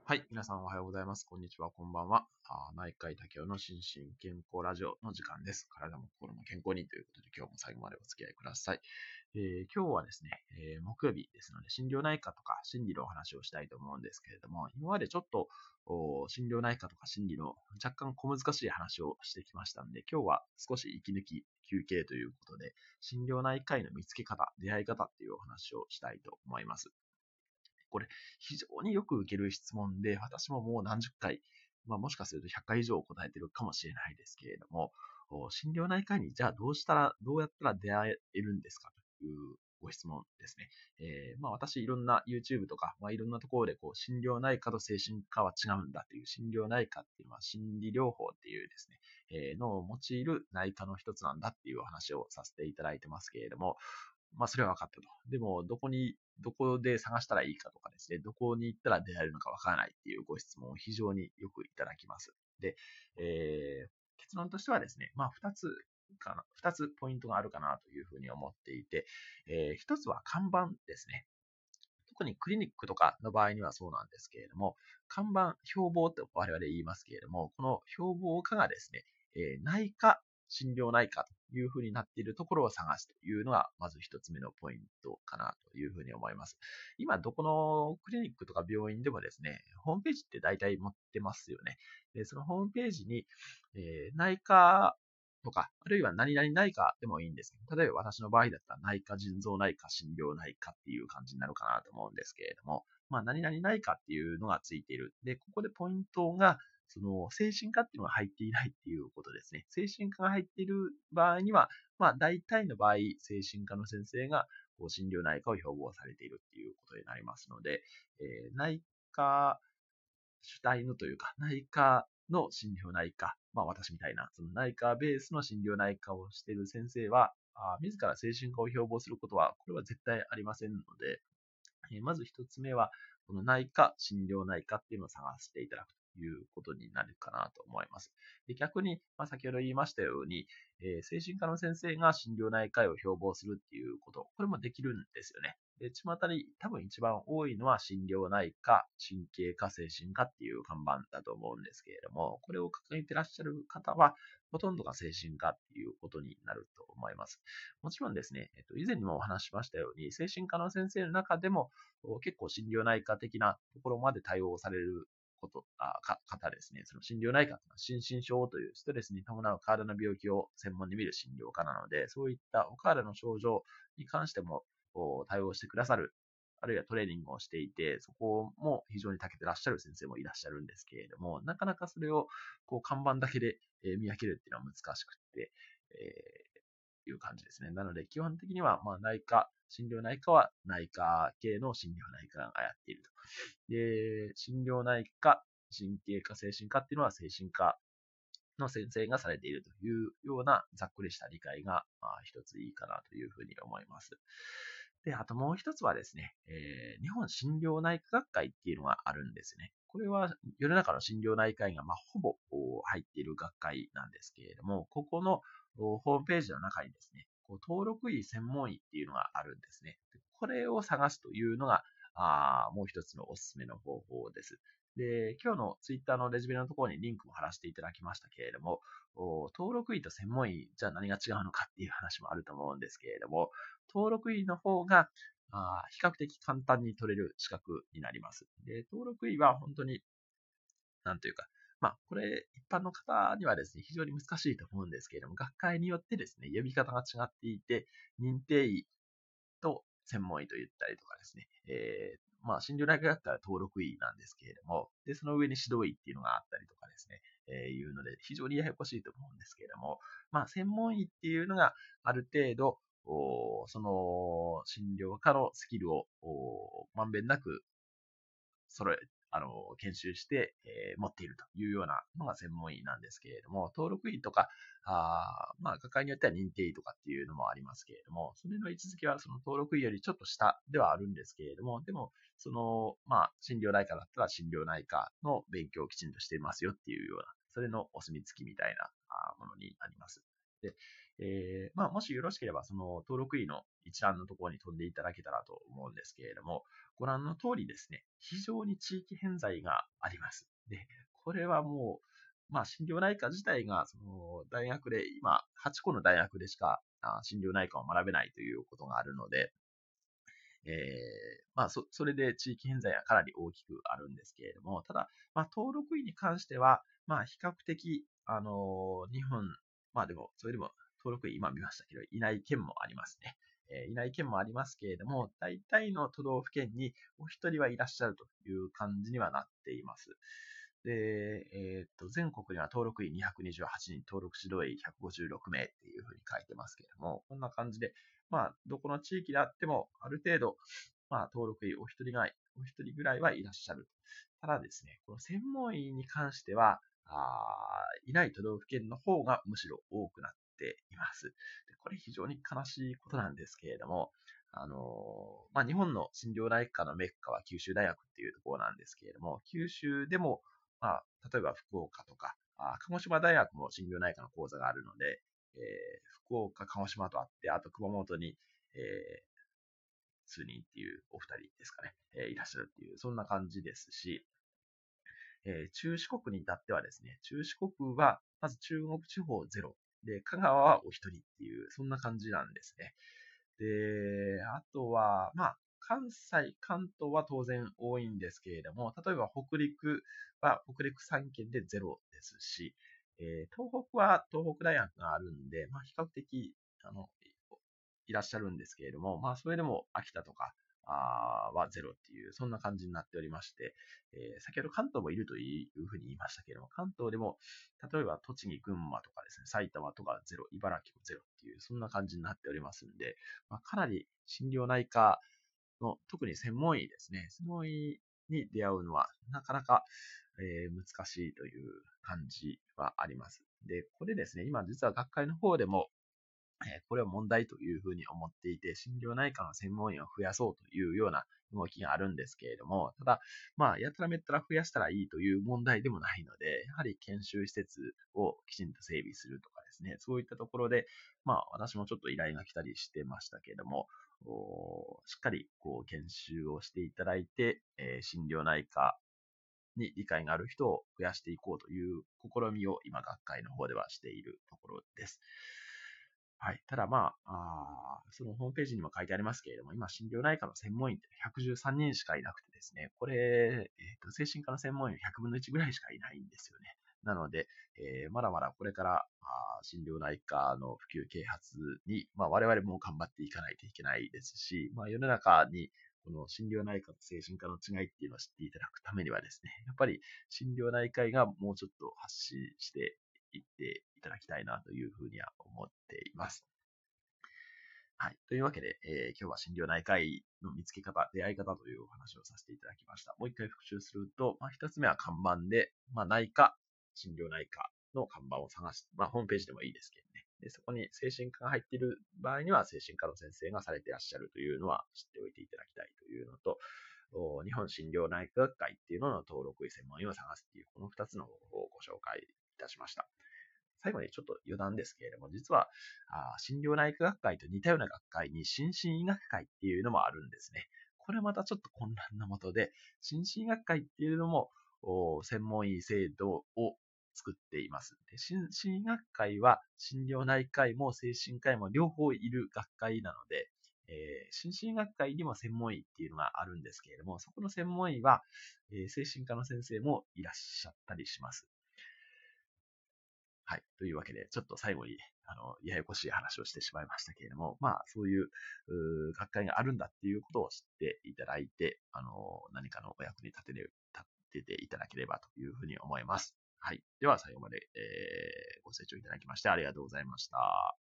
はい。皆さんおはようございます。こんにちは。こんばんは。内科医竹雄の心身健康ラジオの時間です。体も心も健康にということで、今日も最後までお付き合いください。今日はですね、木曜日ですので、心療内科とか心理のお話をしたいと思うんですけれども、今までちょっと心療内科とか心理の若干小難しい話をしてきましたので、今日は少し息抜き休憩ということで、心療内科医の見つけ方、出会い方っていうお話をしたいと思います。これ、非常によく受ける質問で、私ももう何十回、もしかすると100回以上答えてるかもしれないですけれども、心療内科医にじゃあどうやったら出会えるんですかというご質問ですね。私いろんな YouTube とか、いろんなところで心療内科と精神科は違うんだという、心療内科っていうのは心理療法っていうですね、のを用いる内科の一つなんだっていうお話をさせていただいてますけれども、それは分かったと。でも、どこで探したらいいかとかですね、どこに行ったら出会えるのか分からないっていうご質問を非常によくいただきます。で、結論としてはですね、二つポイントがあるかなというふうに思っていて、一つは看板ですね。特にクリニックとかの場合にはそうなんですけれども、看板、標榜と我々言いますけれども、この標榜家がですね、内科、心療内科というふうになっているところを探すというのが、まず一つ目のポイントかなというふうに思います。今、どこのクリニックとか病院でもですね、ホームページって大体持ってますよね。で、そのホームページに、内科とか、あるいは何々内科でもいいんですけど、例えば私の場合だったら内科、腎臓内科、心療内科っていう感じになるかなと思うんですけれども、何々内科っていうのがついている。で、ここでポイントが、その、精神科っていうのが入っていないっていうことですね。精神科が入っている場合には、大体の場合、精神科の先生が、心療内科を標榜されているっていうことになりますので、内科主体のというか、内科の心療内科、私みたいな、その内科ベースの心療内科をしている先生は、自ら精神科を標榜することは、これは絶対ありませんので、まず一つ目は、この内科、心療内科っていうのを探していただくということになるかなと思います。で逆に、先ほど言いましたように、精神科の先生が心療内科医を標榜するっていうこと、これもできるんですよね。で、巷に多分一番多いのは心療内科、神経科、精神科っていう看板だと思うんですけれども、これを掲げてらっしゃる方は、ほとんどが精神科っていうことになると思います。もちろんですね、以前にもお話ししましたように、精神科の先生の中でも、結構心療内科的なところまで対応される方ですね。その心療内科というのは心身症というストレスに伴う体の病気を専門に見る診療科なので、そういったお体の症状に関しても対応してくださる、あるいはトレーニングをしていて、そこも非常に長けてらっしゃる先生もいらっしゃるんですけれども、なかなかそれを看板だけで見分けるっていうのは難しくて、いう感じですね。なので、基本的には、心療内科は内科系の心療内科がやっていると。で、心療内科、神経科、精神科っていうのは精神科の先生がされているというようなざっくりした理解が、一ついいかなというふうに思います。で、あともう一つはですね、日本診療内科学会っていうのがあるんですね。これは世の中の診療内科医がほぼ入っている学会なんですけれども、ここのホームページの中にですね、登録医専門医っていうのがあるんですね。これを探すというのが、もう一つのおすすめの方法です。で、今日のツイッターのレジュメのところにリンクも貼らせていただきましたけれども、登録医と専門医じゃあ何が違うのかっていう話もあると思うんですけれども、登録医の方が比較的簡単に取れる資格になります。で、登録医は本当に、なんというか、これ、一般の方にはですね、非常に難しいと思うんですけれども、学会によってですね、呼び方が違っていて、認定医と専門医と言ったりとかですね、心療内科学会は登録医なんですけれども、で、その上に指導医っていうのがあったりとかですね、いうので、非常にややこしいと思うんですけれども、専門医っていうのがある程度、その診療科のスキルをまんべんなく揃え、研修して、持っているというようなのが専門医なんですけれども、登録医とか、学会によっては認定医とかっていうのもありますけれども、それの位置づけはその登録医よりちょっと下ではあるんですけれども、でも、心療内科だったら心療内科の勉強をきちんとしていますよっていうような、それのお墨付きみたいなものになります。で、もしよろしければ、その登録医の一覧のところに飛んでいただけたらと思うんですけれども、ご覧の通りですね、非常に地域偏在があります。で、これはもう、心療内科自体が、大学で、今、8個の大学でしか、心療内科を学べないということがあるので、それで地域偏在はかなり大きくあるんですけれども、ただ、登録医に関しては、比較的、日本、でも、それでも、登録医今見ましたけど、いない県もありますね。いない県もありますけれども、大体の都道府県にお一人はいらっしゃるという感じにはなっています。で、全国には登録医228人、登録指導医156名っていうふうに書いてますけれども、こんな感じで、どこの地域であっても、ある程度、登録医お一人ぐらいはいらっしゃる。ただですね、この専門医に関しては、いない都道府県の方がむしろ多くなっています。でこれ非常に悲しいことなんですけれども、日本の心療内科のメッカは九州大学っていうところなんですけれども、九州でも、例えば福岡とか、鹿児島大学も心療内科の講座があるので、福岡、鹿児島とあって、あと熊本に、数人っていうお二人ですかね、いらっしゃるっていう、そんな感じですし、中四国に至ってはですね、中四国は、まず中国地方ゼロ。で、香川はお一人っていう、そんな感じなんですね。で、あとは、関西、関東は当然多いんですけれども、例えば北陸は北陸3県でゼロですし、東北は東北大学があるんで、比較的、いらっしゃるんですけれども、それでも秋田とかはゼロっていう、そんな感じになっておりまして、先ほど関東もいるというふうに言いましたけれども、関東でも、例えば栃木、群馬とかですね、埼玉とかゼロ、茨城もゼロっていう、そんな感じになっておりますんで、かなり心療内科の、特に専門医ですね、専門医に出会うのは、なかなか、難しいという感じはあります。で、これですね、今実は学会の方でも、これは問題というふうに思っていて、心療内科の専門医を増やそうというような動きがあるんですけれども、ただ、やたらめったら増やしたらいいという問題でもないので、やはり研修施設をきちんと整備するとかですね、そういったところで、私もちょっと依頼が来たりしてましたけれども、しっかり研修をしていただいて、心療内科に理解がある人を増やしていこうという試みを今学会の方ではしているところです。はい。ただそのホームページにも書いてありますけれども、今、心療内科の専門医って113人しかいなくてですね、これ、精神科の専門医100分の1ぐらいしかいないんですよね。なので、まだまだこれから、心療内科の普及啓発に、我々も頑張っていかないといけないですし、世の中に、この心療内科と精神科の違いっていうのを知っていただくためにはですね、やっぱり心療内科医がもうちょっと発信していっていただきたいなというふうには思っています。はい。というわけで、今日は心療内科医の見つけ方、出会い方というお話をさせていただきました。もう一回復習すると、一つ目は看板で、内科、心療内科の看板を探す。ホームページでもいいですけどね。でそこに精神科が入っている場合には、精神科の先生がされていらっしゃるというのは知っておいていただきたいというのと、日本心療内科学会っていうのの登録医専門医を探すっていう、この2つの方法をご紹介いたしました。最後にちょっと余談ですけれども、実は、心療内科学会と似たような学会に心身医学会っていうのもあるんですね。これまたちょっと混乱なもとで、心身医学会っていうのも、専門医制度を作っています。で心身医学会は心療内科医も精神科医も両方いる学会なので、心身医学会にも専門医っていうのがあるんですけれども、そこの専門医は、精神科の先生もいらっしゃったりします。はい。というわけで、ちょっと最後に、ややこしい話をしてしまいましたけれども、そういう、学会があるんだっていうことを知っていただいて、何かのお役に立てていただければというふうに思います。はい。では、最後まで、ご清聴いただきましてありがとうございました。